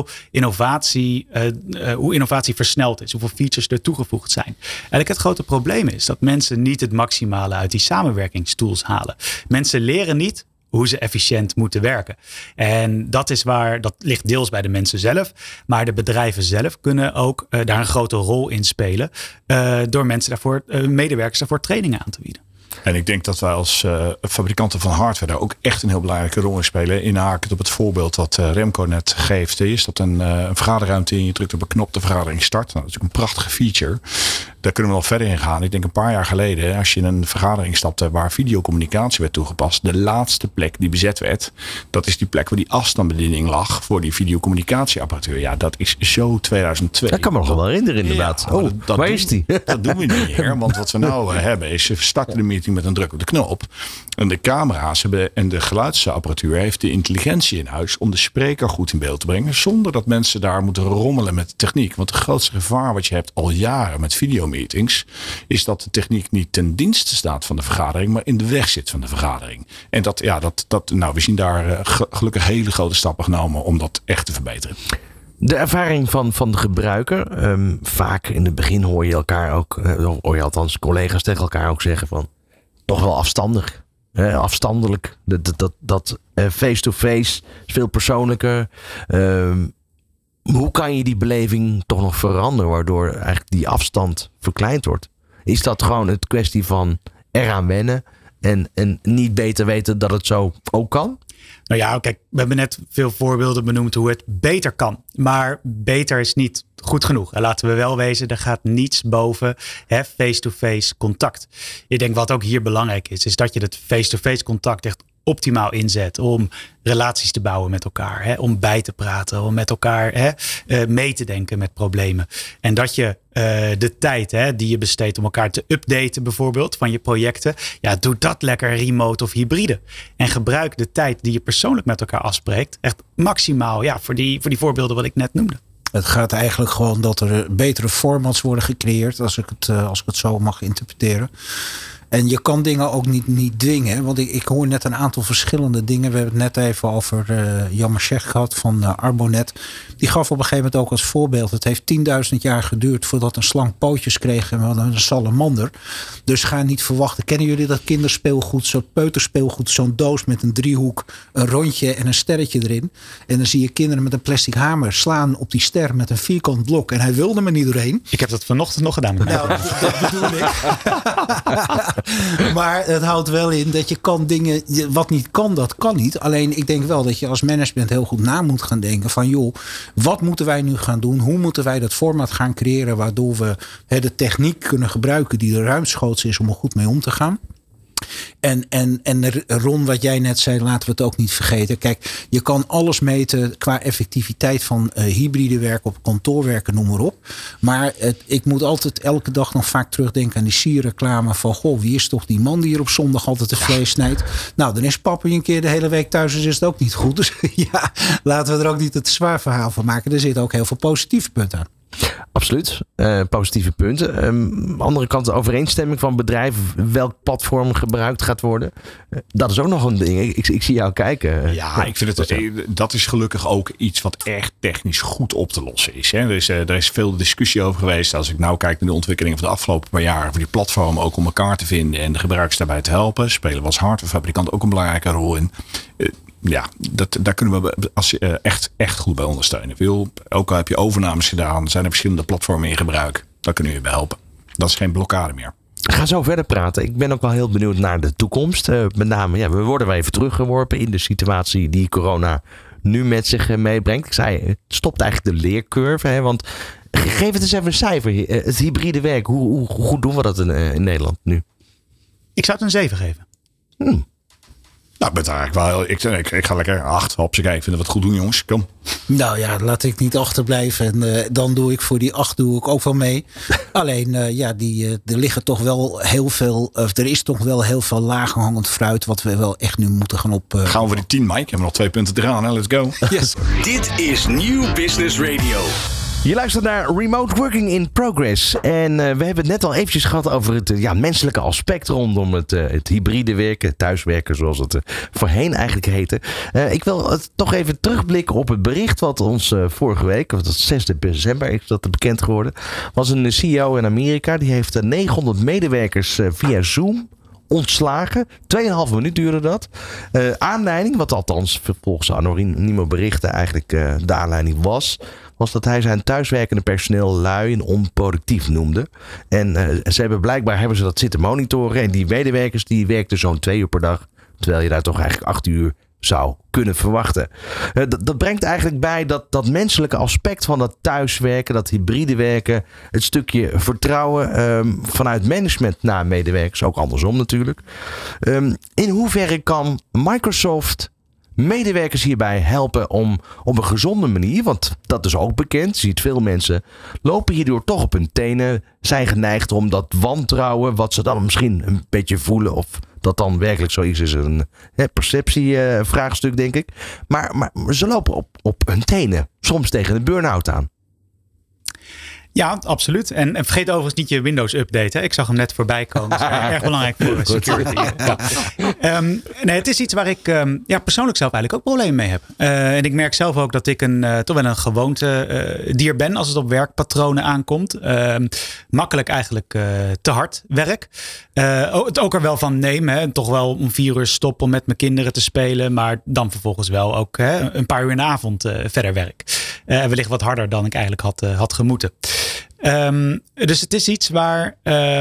innovatie versneld is. Hoeveel features er toegevoegd zijn. Eigenlijk het grote probleem is dat mensen niet het maximale uit die samenwerkingstools halen. Mensen leren niet hoe ze efficiënt moeten werken. En dat ligt deels bij de mensen zelf. Maar de bedrijven zelf kunnen ook daar een grote rol in spelen. Door medewerkers daarvoor trainingen aan te bieden. En ik denk dat wij als fabrikanten van hardware daar ook echt een heel belangrijke rol in spelen. Inhakend op het voorbeeld wat Remco net geeft. Je stapt een vergaderruimte in, je drukt op een knop, de vergadering start. Nou, dat is ook een prachtige feature. Daar kunnen we nog verder in gaan. Ik denk een paar jaar geleden, als je in een vergadering stapte waar videocommunicatie werd toegepast, de laatste plek die bezet werd, dat is die plek waar die afstandsbediening lag voor die videocommunicatieapparatuur. Ja, dat is zo 2002. Dat kan me nog wel herinneren inderdaad. Ja, waar is die? Dat doen we niet meer. Want wat we nou hebben is, we starten de meeting met een druk op de knop. En de camera's en de geluidsapparatuur heeft de intelligentie in huis om de spreker goed in beeld te brengen, zonder dat mensen daar moeten rommelen met de techniek. Want het grootste gevaar wat je hebt al jaren met videomeetings is dat de techniek niet ten dienste staat van de vergadering, maar in de weg zit van de vergadering. En we zien daar gelukkig hele grote stappen genomen om dat echt te verbeteren. De ervaring van de gebruiker. Vaak in het begin hoor je elkaar ook, hoor je althans collega's tegen elkaar ook zeggen van toch wel afstandig. Afstandelijk. Dat face-to-face is veel persoonlijker. Hoe kan je die beleving toch nog veranderen, waardoor eigenlijk die afstand verkleind wordt? Is dat gewoon het kwestie van eraan wennen en niet beter weten dat het zo ook kan? Nou ja, kijk, we hebben net veel voorbeelden benoemd hoe het beter kan. Maar beter is niet goed genoeg. En laten we wel wezen, er gaat niets boven face-to-face contact. Ik denk wat ook hier belangrijk is dat je het face-to-face contact echt optimaal inzet om relaties te bouwen met elkaar. Om bij te praten, om met elkaar mee te denken met problemen. En dat je de tijd die je besteedt om elkaar te updaten bijvoorbeeld van je projecten. Ja, doe dat lekker remote of hybride. En gebruik de tijd die je persoonlijk met elkaar afspreekt echt maximaal voor die voorbeelden wat ik net noemde. Het gaat eigenlijk gewoon dat er betere formats worden gecreëerd, als ik het zo mag interpreteren. En je kan dingen ook niet dwingen. Want ik hoor net een aantal verschillende dingen. We hebben het net even over Jan Marchech gehad van Arbonet. Die gaf op een gegeven moment ook als voorbeeld. Het heeft 10.000 jaar geduurd voordat een slang pootjes kreeg en een salamander. Dus ga niet verwachten. Kennen jullie dat kinderspeelgoed, zo'n peuterspeelgoed, zo'n doos met een driehoek, een rondje en een sterretje erin. En dan zie je kinderen met een plastic hamer slaan op die ster met een vierkant blok. En hij wilde me niet doorheen. Ik heb dat vanochtend nog gedaan met mij. Nou, dat bedoel ik. Maar het houdt wel in dat je kan dingen... Wat niet kan, dat kan niet. Alleen ik denk wel dat je als management heel goed na moet gaan denken van... joh, wat moeten wij nu gaan doen? Hoe moeten wij dat format gaan creëren... waardoor we de techniek kunnen gebruiken die er ruimschoots is om er goed mee om te gaan? En Ron, wat jij net zei, laten we het ook niet vergeten. Kijk, je kan alles meten qua effectiviteit van hybride werken, op kantoor werken, noem maar op. Maar ik moet altijd elke dag nog vaak terugdenken aan die sierreclame van... goh, wie is toch die man die hier op zondag altijd de vlees snijdt? Nou, dan is papa een keer de hele week thuis, dus is het ook niet goed. Dus ja, laten we er ook niet het zwaar verhaal van maken. Er zitten ook heel veel positieve punten aan. Absoluut. Positieve punten. Andere kant, de overeenstemming van bedrijven, welk platform gebruikt gaat worden. Dat is ook nog een ding. Ik zie jou kijken. Ja, ik vind dat is gelukkig ook iets wat echt technisch goed op te lossen is. Hè. Er is veel discussie over geweest. Als ik nou kijk naar de ontwikkelingen van de afgelopen paar jaar, voor die platformen ook om elkaar te vinden en de gebruikers daarbij te helpen, spelen we als hardwarefabrikant ook een belangrijke rol in. Ja, daar kunnen we echt goed bij ondersteunen. Ook al heb je overnames gedaan, zijn er verschillende platformen in gebruik. Daar kunnen we je bij helpen. Dat is geen blokkade meer. Ga zo verder praten. Ik ben ook wel heel benieuwd naar de toekomst. Met name, we worden wel even teruggeworpen in de situatie die corona nu met zich meebrengt. Ik zei, het stopt eigenlijk de leercurve. Hè, want geef het eens even een cijfer. Het hybride werk, hoe goed doen we dat in Nederland nu? Ik zou het een 7 geven. Nou, ik ben eigenlijk wel. Ik ga lekker 8 op ze kijken. Ik vind dat we het goed doen, jongens. Kom. Nou ja, laat ik niet achterblijven. En dan doe ik voor die 8 ook wel mee. Alleen, er liggen toch wel heel veel. Er is toch wel heel veel laaghangend fruit. Wat we wel echt nu moeten gaan op. Gaan we voor die 10, Mike? We hebben nog 2 punten te gaan. Hè? Let's go. Yes. Dit is Nieuw Business Radio. Je luistert naar Remote Working in Progress. En we hebben het net al eventjes gehad over het menselijke aspect rondom het hybride werken, thuiswerken zoals het voorheen eigenlijk heette. Ik wil toch even terugblikken op het bericht wat ons vorige week, of dat 6 december is dat bekend geworden, was een CEO in Amerika. Die heeft 900 medewerkers via Zoom ontslagen. 2,5 minuut duurde dat. Aanleiding, wat althans volgens anonieme berichten eigenlijk de aanleiding was dat hij zijn thuiswerkende personeel lui en onproductief noemde. En blijkbaar hebben ze dat zitten monitoren. En die medewerkers die werkten zo'n 2 uur per dag. Terwijl je daar toch eigenlijk 8 uur zou kunnen verwachten. Dat brengt eigenlijk bij dat menselijke aspect van dat thuiswerken, dat hybride werken, het stukje vertrouwen vanuit management naar medewerkers, ook andersom natuurlijk. In hoeverre kan Microsoft medewerkers hierbij helpen om op een gezonde manier, want dat is ook bekend, je ziet veel mensen lopen hierdoor toch op hun tenen, zijn geneigd om dat wantrouwen, wat ze dan misschien een beetje voelen, of dat dan werkelijk zoiets is, een perceptievraagstuk denk ik. Maar ze lopen op hun tenen, soms tegen een burn-out aan. Ja, absoluut. En vergeet overigens niet je Windows update. Hè? Ik zag hem net voorbij komen. Dat is erg belangrijk voor security. Nee, het is iets waar ik persoonlijk zelf eigenlijk ook problemen mee heb. En ik merk zelf ook dat ik toch wel een gewoonte dier ben als het op werkpatronen aankomt. Makkelijk eigenlijk te hard werk. Het ook er wel van nemen. Hè? Toch wel om 4 uur stoppen om met mijn kinderen te spelen. Maar dan vervolgens wel ook een paar uur in de avond verder werk. Wellicht wat harder dan ik eigenlijk had gemoeten. Dus het is iets waar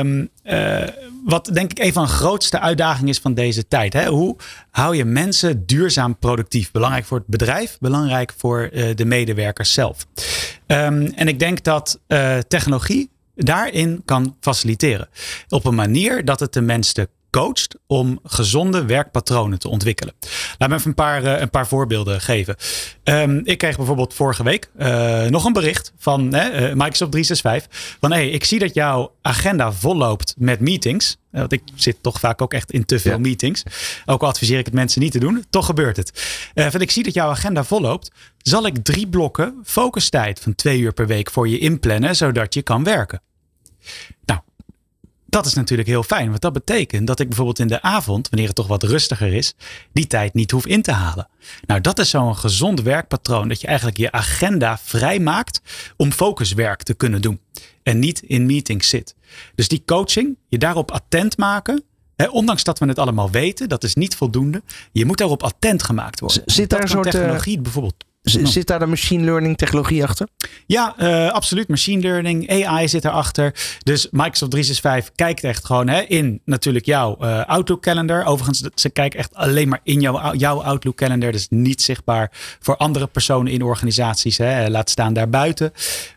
wat denk ik een van de grootste uitdagingen is van deze tijd. Hè? Hoe hou je mensen duurzaam productief? Belangrijk voor het bedrijf, belangrijk voor de medewerkers zelf. En ik denk dat technologie daarin kan faciliteren. Op een manier dat het de mensen coacht om gezonde werkpatronen te ontwikkelen. Laat me even een paar voorbeelden geven. Ik kreeg bijvoorbeeld vorige week nog een bericht van Microsoft 365. Van ik zie dat jouw agenda volloopt met meetings. Want ik zit toch vaak ook echt in te veel meetings. Ook al adviseer ik het mensen niet te doen. Toch gebeurt het. Van ik zie dat jouw agenda volloopt. Zal ik 3 blokken focustijd van 2 uur per week voor je inplannen. Zodat je kan werken. Nou. Dat is natuurlijk heel fijn. Want dat betekent dat ik bijvoorbeeld in de avond, wanneer het toch wat rustiger is, die tijd niet hoef in te halen. Nou, dat is zo'n gezond werkpatroon. Dat je eigenlijk je agenda vrijmaakt om focuswerk te kunnen doen. En niet in meetings zit. Dus die coaching, je daarop attent maken. Ondanks dat we het allemaal weten, dat is niet voldoende. Je moet daarop attent gemaakt worden. Zit daar een soort technologie bijvoorbeeld? Zit daar de machine learning technologie achter? Ja, absoluut. Machine learning, AI zit erachter. Dus Microsoft 365 kijkt echt gewoon in natuurlijk jouw Outlook calendar. Overigens, ze kijken echt alleen maar in jouw Outlook calendar. Dus niet zichtbaar voor andere personen in organisaties. Laat staan daarbuiten.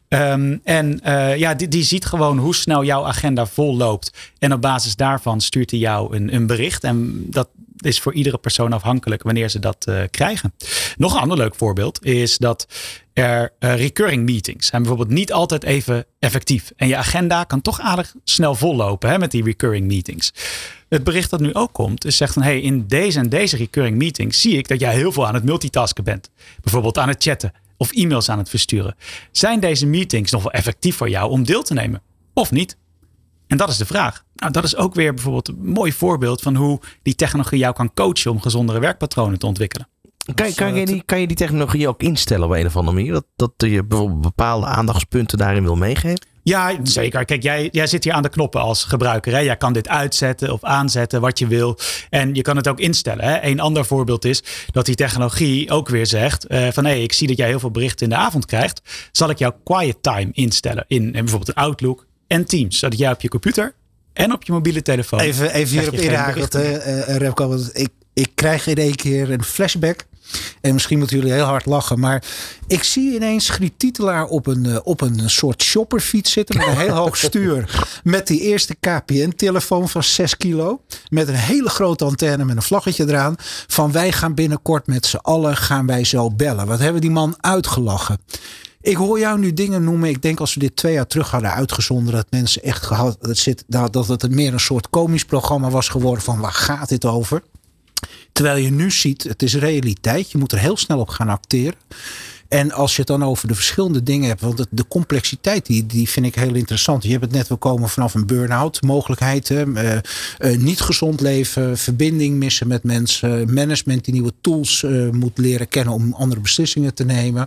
Die ziet gewoon hoe snel jouw agenda vol loopt. En op basis daarvan stuurt hij jou een bericht. En dat is voor iedere persoon afhankelijk wanneer ze dat krijgen. Nog een ander leuk voorbeeld is dat er recurring meetings zijn bijvoorbeeld niet altijd even effectief. En je agenda kan toch aardig snel vollopen met die recurring meetings. Het bericht dat nu ook komt is zegt van in deze en deze recurring meetings zie ik dat jij heel veel aan het multitasken bent. Bijvoorbeeld aan het chatten of e-mails aan het versturen. Zijn deze meetings nog wel effectief voor jou om deel te nemen? Of niet? En dat is de vraag. Nou, dat is ook weer bijvoorbeeld een mooi voorbeeld van hoe die technologie jou kan coachen om gezondere werkpatronen te ontwikkelen. Kan je die technologie ook instellen op een of andere manier? Dat je bijvoorbeeld bepaalde aandachtspunten daarin wil meegeven? Ja, zeker. Kijk, jij zit hier aan de knoppen als gebruiker. Hè? Jij kan dit uitzetten of aanzetten wat je wil. En je kan het ook instellen. Hè? Een ander voorbeeld is dat die technologie ook weer zegt ik zie dat jij heel veel berichten in de avond krijgt. Zal ik jouw quiet time instellen in bijvoorbeeld Outlook en Teams. Zodat jij op je computer en op je mobiele telefoon... Even hierop inhaken, Remco. Want ik krijg in één keer een flashback. En misschien moeten jullie heel hard lachen. Maar ik zie ineens Griet Titelaar op een soort shopperfiets zitten. Met een heel hoog stuur. Met die eerste KPN-telefoon van 6 kilo. Met een hele grote antenne met een vlaggetje eraan. Van wij gaan binnenkort met z'n allen gaan wij zo bellen. Wat hebben die man uitgelachen. Ik hoor jou nu dingen noemen. Ik denk als we dit 2 jaar terug hadden uitgezonden. Dat mensen echt dat het meer een soort komisch programma was geworden. Van waar gaat dit over? Terwijl je nu ziet, het is realiteit. Je moet er heel snel op gaan acteren. En als je het dan over de verschillende dingen hebt. Want de complexiteit die vind ik heel interessant. Je hebt het net, we komen vanaf een burn-out mogelijkheid. Niet gezond leven. Verbinding missen met mensen. Management die nieuwe tools moet leren kennen om andere beslissingen te nemen.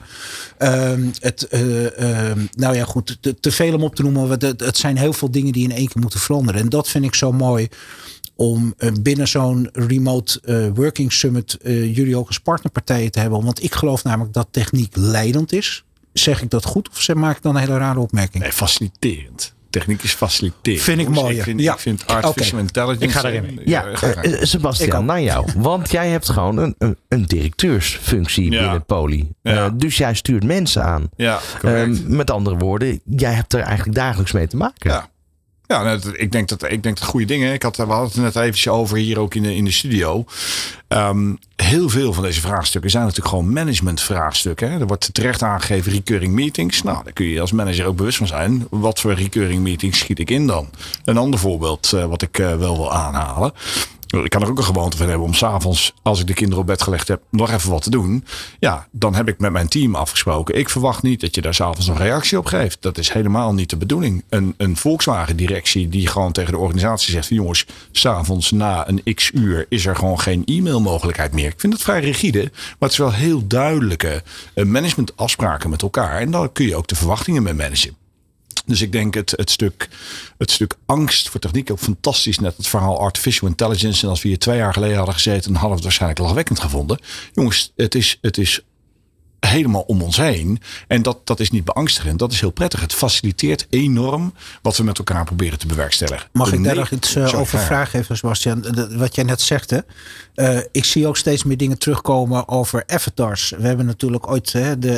Te veel om op te noemen. Het zijn heel veel dingen die in één keer moeten veranderen. En dat vind ik zo mooi. Om binnen zo'n remote working summit jullie ook als partnerpartijen te hebben. Want ik geloof namelijk dat techniek leidend is. Zeg ik dat goed of maak ik dan een hele rare opmerking? Nee, faciliterend. Techniek is faciliterend. Vind ik mooi. Ik vind artificial intelligence... Ik ga daarin. Sebastian, naar jou. Want jij hebt gewoon een directeursfunctie binnen Poly. Dus jij stuurt mensen aan. Ja, met andere woorden, jij hebt er eigenlijk dagelijks mee te maken. Ja. Ja, ik denk dat goede dingen. We hadden het net eventjes over hier ook in de studio. Heel veel van deze vraagstukken zijn natuurlijk gewoon managementvraagstukken. Hè. Er wordt terecht aangegeven recurring meetings. Nou, daar kun je als manager ook bewust van zijn. Wat voor recurring meetings schiet ik in dan? Een ander voorbeeld wat ik wel wil aanhalen. Ik kan er ook een gewoonte van hebben om 's avonds, als ik de kinderen op bed gelegd heb, nog even wat te doen. Ja, dan heb ik met mijn team afgesproken. Ik verwacht niet dat je daar 's avonds nog reactie op geeft. Dat is helemaal niet de bedoeling. Een Volkswagen-directie die gewoon tegen de organisatie zegt: jongens, 's avonds na een x uur is er gewoon geen e-mailmogelijkheid meer. Ik vind het vrij rigide, maar het is wel heel duidelijke managementafspraken met elkaar. En dan kun je ook de verwachtingen mee managen. Dus ik denk het stuk angst voor techniek ook fantastisch. Net het verhaal artificial intelligence. En als we hier 2 jaar geleden hadden gezeten, dan hadden we het waarschijnlijk lachwekkend gevonden. Jongens, het is helemaal om ons heen. En dat is niet beangstigend. Dat is heel prettig. Het faciliteert enorm wat we met elkaar proberen te bewerkstelligen. Mag ik daar nog iets over vragen even, Sebastian? Wat jij net zegt, hè? Ik zie ook steeds meer dingen terugkomen over avatars. We hebben natuurlijk ooit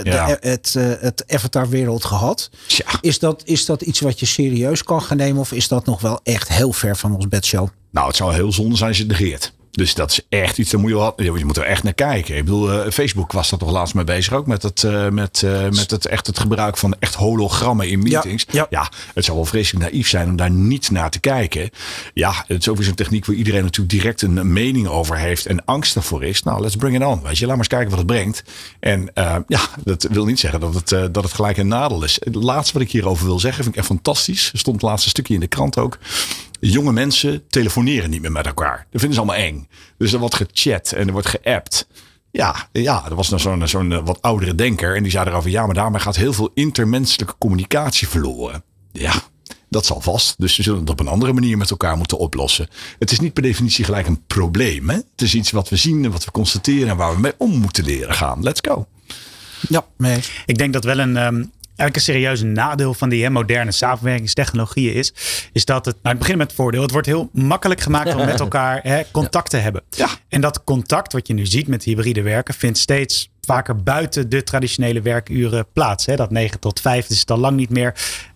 het avatarwereld gehad. Ja. Is dat iets wat je serieus kan gaan nemen? Of is dat nog wel echt heel ver van ons bedshow? Nou, het zou heel zonde zijn als je het negeert. Dus dat is echt iets, daar moet je moet er echt naar kijken. Ik bedoel, Facebook was er toch laatst mee bezig ook met het gebruik van echt hologrammen in meetings. Ja, het zou wel vreselijk naïef zijn om daar niet naar te kijken. Ja, het is overigens een techniek waar iedereen natuurlijk direct een mening over heeft en angstig voor is. Nou, let's bring it on. Weet je, laat maar eens kijken wat het brengt. En dat wil niet zeggen dat het gelijk een nadeel is. Het laatste wat ik hierover wil zeggen, vind ik echt fantastisch. Er stond het laatste stukje in de krant ook. Jonge mensen telefoneren niet meer met elkaar. Dat vinden ze allemaal eng. Dus er wordt gechat en er wordt geappt. Ja, er was nou zo'n wat oudere denker. En die zei erover, ja, maar daarmee gaat heel veel intermenselijke communicatie verloren. Ja, dat zal vast. Dus we zullen het op een andere manier met elkaar moeten oplossen. Het is niet per definitie gelijk een probleem. Hè? Het is iets wat we zien en wat we constateren en waar we mee om moeten leren gaan. Let's go. Ja, nee. Ik denk dat wel eigenlijk een serieus nadeel van die moderne samenwerkingstechnologieën is dat het begint met het voordeel. Het wordt heel makkelijk gemaakt om met elkaar contact te hebben. Ja. En dat contact wat je nu ziet met hybride werken vindt steeds vaker buiten de traditionele werkuren plaats. Dat 9 tot 5 is het al lang niet meer.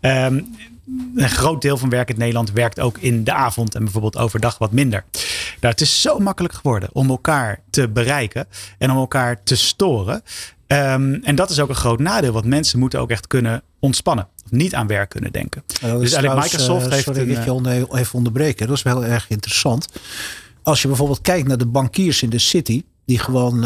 Een groot deel van werk in Nederland werkt ook in de avond en bijvoorbeeld overdag wat minder. Nou, het is zo makkelijk geworden om elkaar te bereiken en om elkaar te storen. En dat is ook een groot nadeel, want mensen moeten ook echt kunnen ontspannen. Of niet aan werk kunnen denken. Dus eigenlijk Microsoft heeft... Sorry, ik je even onderbreken. Dat is wel erg interessant. Als je bijvoorbeeld kijkt naar de bankiers in de city, die gewoon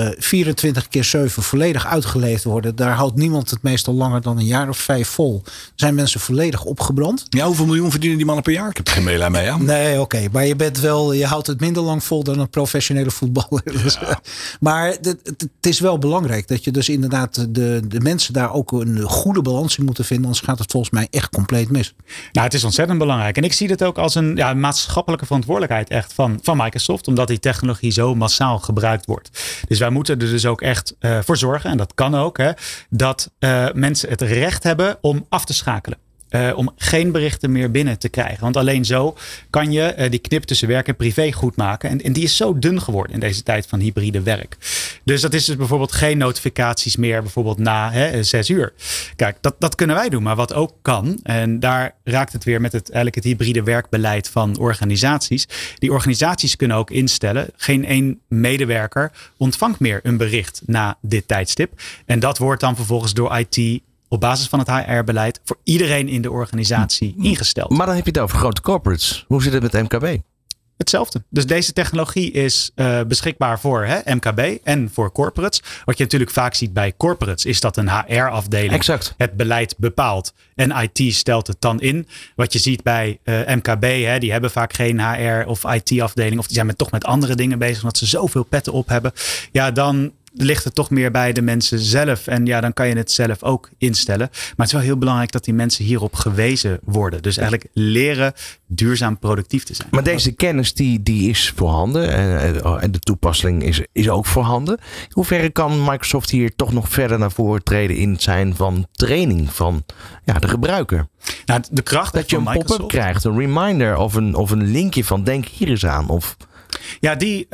24/7 volledig uitgeleefd worden. Daar houdt niemand het meestal langer dan een jaar of 5 vol. Zijn mensen volledig opgebrand. Ja, hoeveel miljoen verdienen die mannen per jaar? Ik heb er geen meelij mee. Ja. Nee, oké. Maar je houdt het minder lang vol dan een professionele voetballer. Ja. Maar het is wel belangrijk dat je dus inderdaad de mensen daar ook een goede balans in moeten vinden. Anders gaat het volgens mij echt compleet mis. Nou, het is ontzettend belangrijk. En ik zie het ook als een maatschappelijke verantwoordelijkheid echt van Microsoft. Omdat die technologie zo massaal gebruikt wordt. Dus wij moeten er dus ook echt voor zorgen, en dat kan ook, dat mensen het recht hebben om af te schakelen. Om geen berichten meer binnen te krijgen. Want alleen zo kan je die knip tussen werk en privé goed maken. En die is zo dun geworden in deze tijd van hybride werk. Dus dat is dus bijvoorbeeld geen notificaties meer bijvoorbeeld na 6 uur. Kijk, dat kunnen wij doen. Maar wat ook kan, en daar raakt het weer met het hybride werkbeleid van organisaties. Die organisaties kunnen ook instellen, geen één medewerker ontvangt meer een bericht na dit tijdstip. En dat wordt dan vervolgens door IT op basis van het HR-beleid voor iedereen in de organisatie ingesteld. Maar dan heb je het over grote corporates. Hoe zit het met MKB? Hetzelfde. Dus deze technologie is beschikbaar voor MKB en voor corporates. Wat je natuurlijk vaak ziet bij corporates is dat een HR-afdeling exact het beleid bepaalt. En IT stelt het dan in. Wat je ziet bij MKB, die hebben vaak geen HR of IT-afdeling. Of die zijn toch met andere dingen bezig. Omdat ze zoveel petten op hebben. Ja, dan ligt het toch meer bij de mensen zelf. En ja, dan kan je het zelf ook instellen. Maar het is wel heel belangrijk dat die mensen hierop gewezen worden. Dus eigenlijk leren duurzaam productief te zijn. Maar deze kennis die is voorhanden. En de toepassing is ook voorhanden. In hoeverre kan Microsoft hier toch nog verder naar voren treden in het zijn van training van de gebruiker? Nou, de kracht dat je een pop-up krijgt, een reminder of een linkje van denk hier eens aan. Of ja,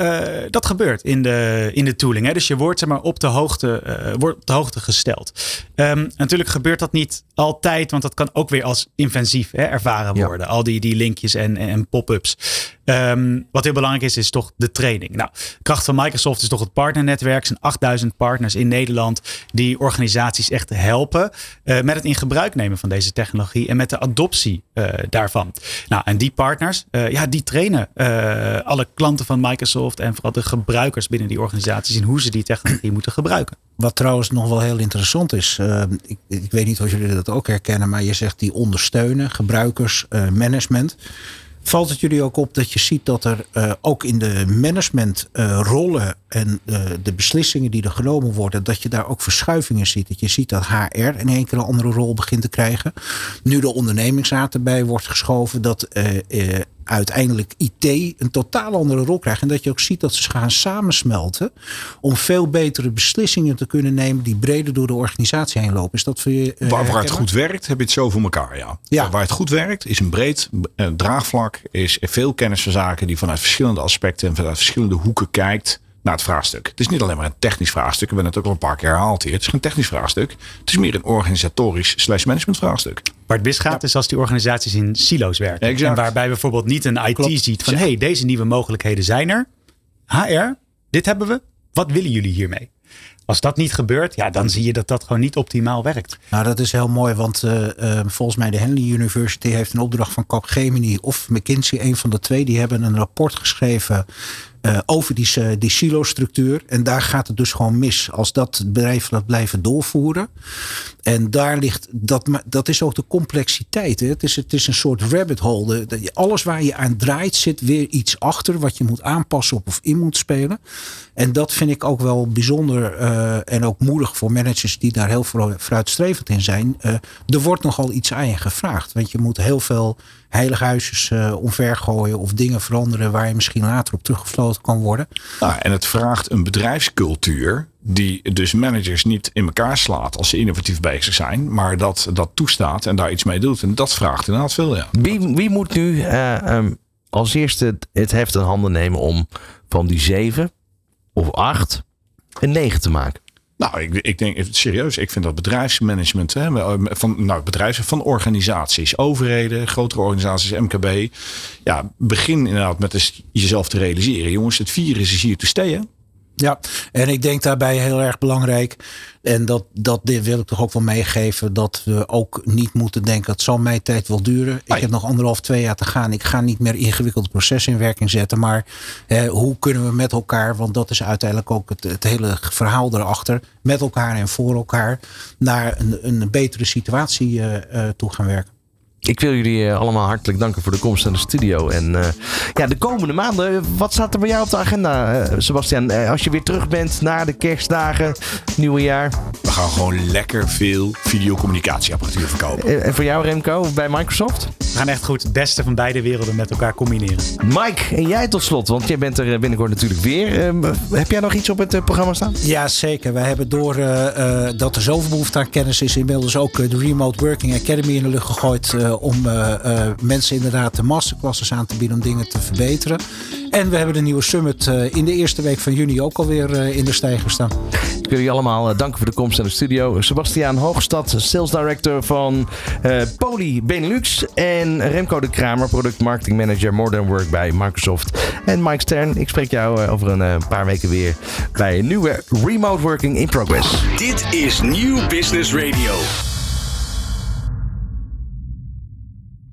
dat gebeurt in de tooling. Hè? Dus je wordt op de hoogte gesteld. Natuurlijk gebeurt dat niet altijd, want dat kan ook weer als invasief ervaren worden. Ja. Al die linkjes en pop-ups. Wat heel belangrijk is toch de training. Nou, de kracht van Microsoft is toch het partnernetwerk. Er zijn 8000 partners in Nederland die organisaties echt helpen met het in gebruik nemen van deze technologie en met de adoptie daarvan. Nou, en die partners, die trainen alle klanten van Microsoft en vooral de gebruikers binnen die organisaties in hoe ze die technologie moeten gebruiken. Wat trouwens nog wel heel interessant is. Ik weet niet of jullie dat ook herkennen, maar je zegt die ondersteunen, gebruikers, management. Valt het jullie ook op dat je ziet dat er ook in de managementrollen en de beslissingen die er genomen worden, dat je daar ook verschuivingen ziet. Dat je ziet dat HR in één keer een andere rol begint te krijgen. Nu de ondernemingsraad erbij wordt geschoven, dat uiteindelijk IT een totaal andere rol krijgt. En dat je ook ziet dat ze gaan samensmelten om veel betere beslissingen te kunnen nemen die breder door de organisatie heen lopen. Is dat voor je waar het goed werkt, heb je het zo voor elkaar, ja. Waar het goed werkt, is een breed draagvlak, is veel kennis van zaken die vanuit verschillende aspecten en vanuit verschillende hoeken kijkt naar het vraagstuk. Het is niet alleen maar een technisch vraagstuk. We hebben het ook al een paar keer herhaald hier. Het is geen technisch vraagstuk. Het is meer een organisatorisch/management vraagstuk. Waar het misgaat is als die organisaties in silo's werken. Exact. En waarbij bijvoorbeeld niet een IT ziet van deze nieuwe mogelijkheden zijn er. HR, dit hebben we. Wat willen jullie hiermee? Als dat niet gebeurt, dan zie je dat gewoon niet optimaal werkt. Nou, dat is heel mooi, want volgens mij de Henley University heeft een opdracht van Capgemini of McKinsey, een van de twee. Die hebben een rapport geschreven over die silo-structuur. En daar gaat het dus gewoon mis. Als dat bedrijf dat blijven doorvoeren. En daar ligt, dat is ook de complexiteit. Hè? Het is een soort rabbit hole. Alles waar je aan draait zit weer iets achter wat je moet aanpassen of in moet spelen. En dat vind ik ook wel bijzonder en ook moedig voor managers die daar heel vooruitstrevend in zijn. Er wordt nogal iets aan je gevraagd. Want je moet heel veel heilige huisjes omvergooien of dingen veranderen waar je misschien later op teruggefloten kan worden. En het vraagt een bedrijfscultuur die dus managers niet in elkaar slaat als ze innovatief bezig zijn. Maar dat toestaat en daar iets mee doet. En dat vraagt inderdaad veel, ja. Wie moet nu als eerste het heft in handen nemen om van die 7 of 8 een 9 te maken? Nou, ik denk serieus. Ik vind dat bedrijfsmanagement van organisaties, overheden, grotere organisaties, MKB. Ja, begin inderdaad met jezelf te realiseren. Jongens, het virus is hier te stay. Ja, en ik denk daarbij heel erg belangrijk. En dat wil ik toch ook wel meegeven. Dat we ook niet moeten denken. Het zal mijn tijd wel duren. Ik heb nog 1,5-2 jaar te gaan. Ik ga niet meer ingewikkelde processen in werking zetten. Maar hoe kunnen we met elkaar. Want dat is uiteindelijk ook het hele verhaal erachter. Met elkaar en voor elkaar. Naar een betere situatie toe gaan werken. Ik wil jullie allemaal hartelijk danken voor de komst naar de studio. En de komende maanden, wat staat er bij jou op de agenda, Sebastian? Als je weer terug bent na de kerstdagen, nieuwe jaar. We gaan gewoon lekker veel videocommunicatieapparatuur verkopen. En voor jou, Remco, bij Microsoft? We gaan echt goed het beste van beide werelden met elkaar combineren. Mike, en jij tot slot, want jij bent er binnenkort natuurlijk weer. Heb jij nog iets op het programma staan? Ja, zeker. Wij hebben door dat er zoveel behoefte aan kennis is, inmiddels ook de Remote Working Academy in de lucht gegooid. Om mensen inderdaad de masterclasses aan te bieden om dingen te verbeteren. En we hebben de nieuwe summit in de eerste week van juni ook alweer in de stijger staan. Ik wil jullie allemaal danken voor de komst naar de studio. Sebastiaan Hoogstad, Sales Director van Poly Benelux. En Remco de Kramer, Product Marketing Manager Modern Work bij Microsoft. En Mike Stern, ik spreek jou over een paar weken weer bij een nieuwe Remote Working in Progress. Dit is Nieuw Business Radio.